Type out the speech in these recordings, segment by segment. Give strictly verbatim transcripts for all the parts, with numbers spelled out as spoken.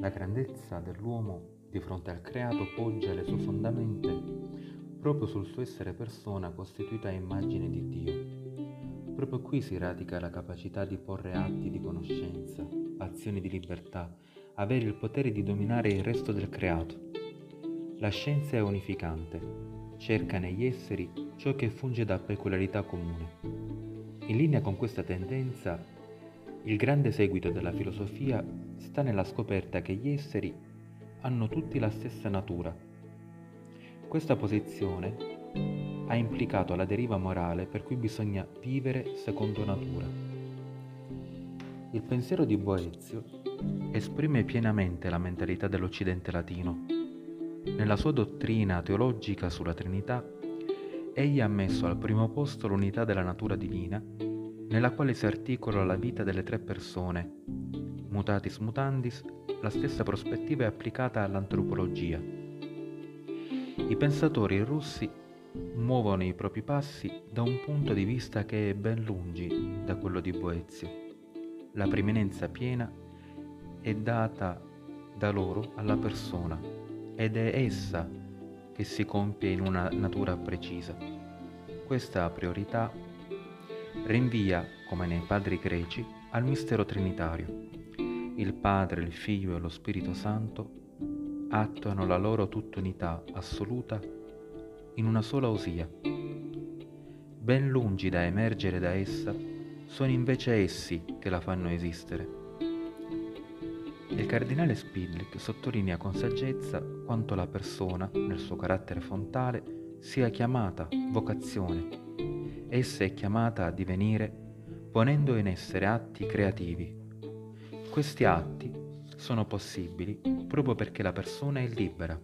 La grandezza dell'uomo di fronte al creato poggia le sue fondamenta proprio sul suo essere persona costituita a immagine di Dio. Proprio qui si radica la capacità di porre atti di conoscenza, azioni di libertà, avere il potere di dominare il resto del creato. La scienza è unificante, cerca negli esseri ciò che funge da peculiarità comune. In linea con questa tendenza, il grande seguito della filosofia sta nella scoperta che gli esseri hanno tutti la stessa natura. Questa posizione ha implicato la deriva morale per cui bisogna vivere secondo natura. Il pensiero di Boezio esprime pienamente la mentalità dell'Occidente latino. Nella sua dottrina teologica sulla Trinità, egli ha messo al primo posto l'unità della natura divina, nella quale si articola la vita delle tre persone. Mutatis mutandis, la stessa prospettiva è applicata all'antropologia. I pensatori russi muovono i propri passi da un punto di vista che è ben lungi da quello di Boezio. La preeminenza piena è data da loro alla persona ed è essa che si compie in una natura precisa. Questa priorità rinvia, come nei padri greci, al mistero trinitario. Il Padre, il Figlio e lo Spirito Santo attuano la loro tutta unità assoluta in una sola usia. Ben lungi da emergere da essa, sono invece essi che la fanno esistere. Il cardinale Spidlick sottolinea con saggezza quanto la persona, nel suo carattere fontale, sia chiamata vocazione. Essa è chiamata a divenire ponendo in essere atti creativi. Questi atti sono possibili proprio perché la persona è libera.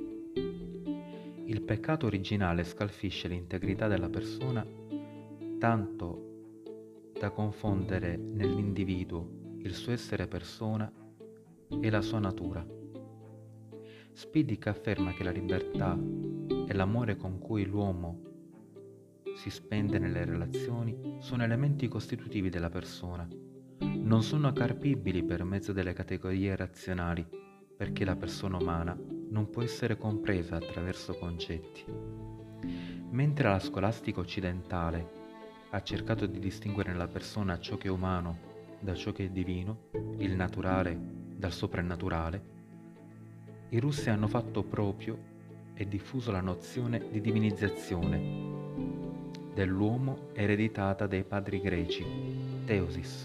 Il peccato originale scalfisce l'integrità della persona tanto da confondere nell'individuo il suo essere persona e la sua natura. Spidlick afferma che la libertà e l'amore con cui l'uomo si spende nelle relazioni sono elementi costitutivi della persona. Non sono carpibili per mezzo delle categorie razionali, perché la persona umana non può essere compresa attraverso concetti. Mentre la scolastica occidentale ha cercato di distinguere nella persona ciò che è umano da ciò che è divino, il naturale dal soprannaturale, i russi hanno fatto proprio e diffuso la nozione di divinizzazione dell'uomo ereditata dai padri greci, Theosis.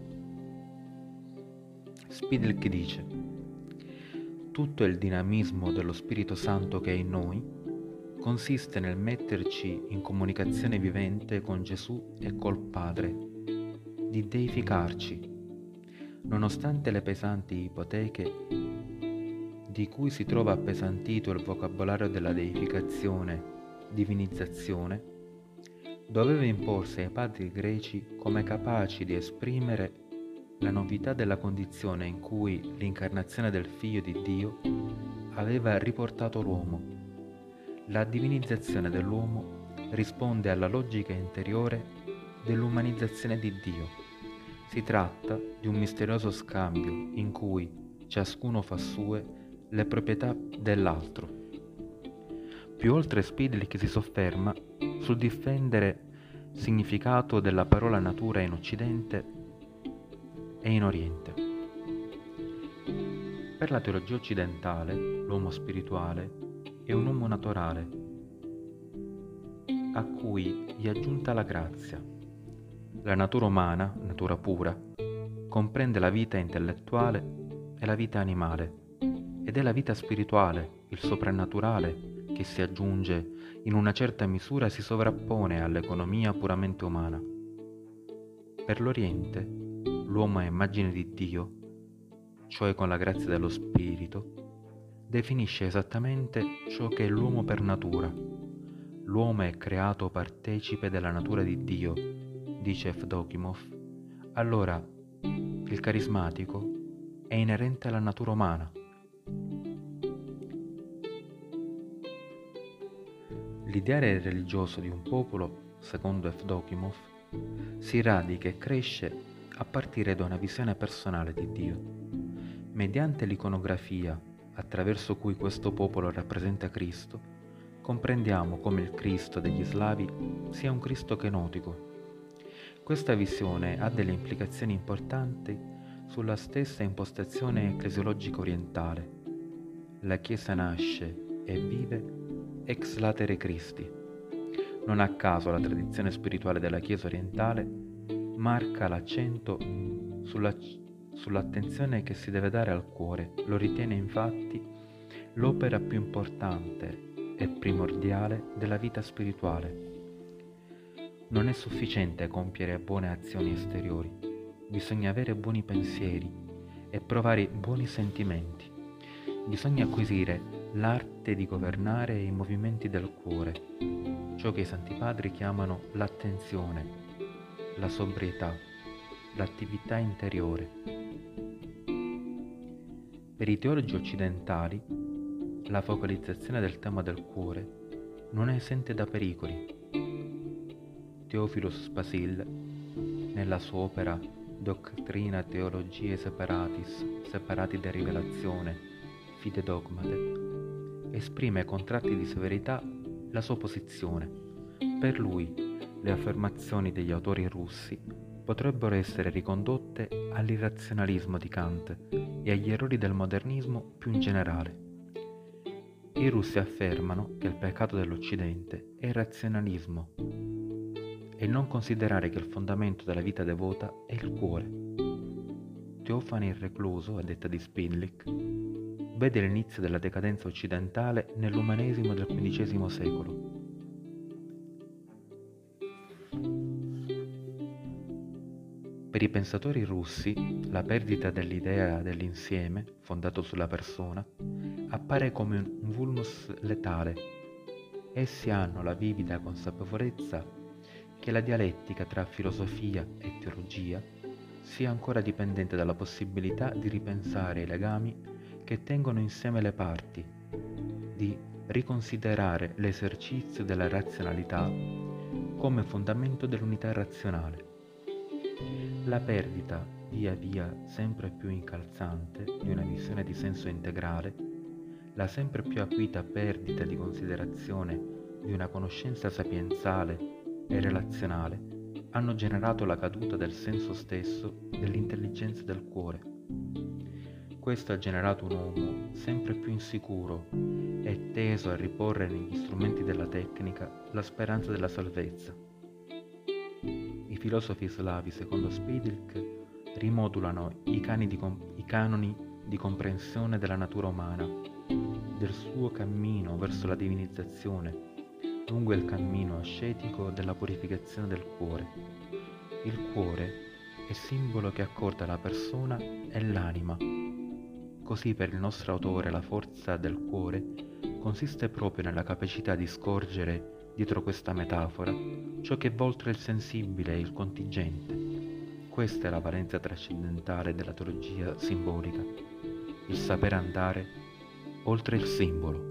Spidlick dice: tutto il dinamismo dello Spirito Santo che è in noi consiste nel metterci in comunicazione vivente con Gesù e col Padre, di deificarci, nonostante le pesanti ipoteche di cui si trova appesantito il vocabolario della deificazione, divinizzazione, doveva imporsi ai padri greci come capaci di esprimere la novità della condizione in cui l'incarnazione del Figlio di Dio aveva riportato l'uomo. La divinizzazione dell'uomo risponde alla logica interiore dell'umanizzazione di Dio. Si tratta di un misterioso scambio in cui ciascuno fa sue le proprietà dell'altro. Più oltre Spidlick si sofferma sul difendere significato della parola natura in Occidente e in Oriente. Per la teologia occidentale, l'uomo spirituale è un uomo naturale, a cui è aggiunta la grazia. La natura umana, natura pura, comprende la vita intellettuale e la vita animale, ed è la vita spirituale, il soprannaturale, che si aggiunge in una certa misura e si sovrappone all'economia puramente umana. Per l'Oriente, l'uomo è immagine di Dio, cioè con la grazia dello Spirito, definisce esattamente ciò che è l'uomo per natura. L'uomo è creato partecipe della natura di Dio, dice Evdokimov. Allora, il carismatico è inerente alla natura umana. L'ideale religioso di un popolo, secondo Evdokimov, si radica e cresce a partire da una visione personale di Dio. Mediante l'iconografia, attraverso cui questo popolo rappresenta Cristo, comprendiamo come il Cristo degli Slavi sia un Cristo kenotico. Questa visione ha delle implicazioni importanti sulla stessa impostazione ecclesiologica orientale. La Chiesa nasce e vive ex latere Christi. Non a caso la tradizione spirituale della Chiesa orientale marca l'accento sulla, sull'attenzione che si deve dare al cuore. Lo ritiene infatti l'opera più importante e primordiale della vita spirituale. Non è sufficiente compiere buone azioni esteriori, bisogna avere buoni pensieri e provare buoni sentimenti. Bisogna acquisire l'arte di governare i movimenti del cuore, ciò che i Santi Padri chiamano l'attenzione, la sobrietà, l'attività interiore. Per i teologi occidentali, la focalizzazione del tema del cuore non è esente da pericoli. Theophilus Basile, nella sua opera Doctrina Theologiae Separatis, separati da rivelazione, fide dogmate, esprime con tratti di severità la sua posizione. Per lui, le affermazioni degli autori russi potrebbero essere ricondotte all'irrazionalismo di Kant e agli errori del modernismo più in generale. I russi affermano che il peccato dell'Occidente è il razionalismo e non considerare che il fondamento della vita devota è il cuore. Teofane il Recluso, a detta di Spidlick, vede l'inizio della decadenza occidentale nell'umanesimo del quindicesimo secolo. Per i pensatori russi, la perdita dell'idea dell'insieme, fondato sulla persona, appare come un vulnus letale. Essi hanno la vivida consapevolezza che la dialettica tra filosofia e teologia sia ancora dipendente dalla possibilità di ripensare i legami che tengono insieme le parti, di riconsiderare l'esercizio della razionalità come fondamento dell'unità razionale. La perdita, via via sempre più incalzante, di una visione di senso integrale, la sempre più acuita perdita di considerazione di una conoscenza sapienzale e relazionale hanno generato la caduta del senso stesso dell'intelligenza del cuore. Questo ha generato un uomo sempre più insicuro e teso a riporre negli strumenti della tecnica la speranza della salvezza. I filosofi slavi, secondo Spidlick, rimodulano i, cani di com- i canoni di comprensione della natura umana, del suo cammino verso la divinizzazione, lungo il cammino ascetico della purificazione del cuore. Il cuore è simbolo che accorda la persona e l'anima. Così per il nostro autore la forza del cuore consiste proprio nella capacità di scorgere dietro questa metafora ciò che va oltre il sensibile e il contingente. Questa è la valenza trascendentale della teologia simbolica, il sapere andare oltre il simbolo.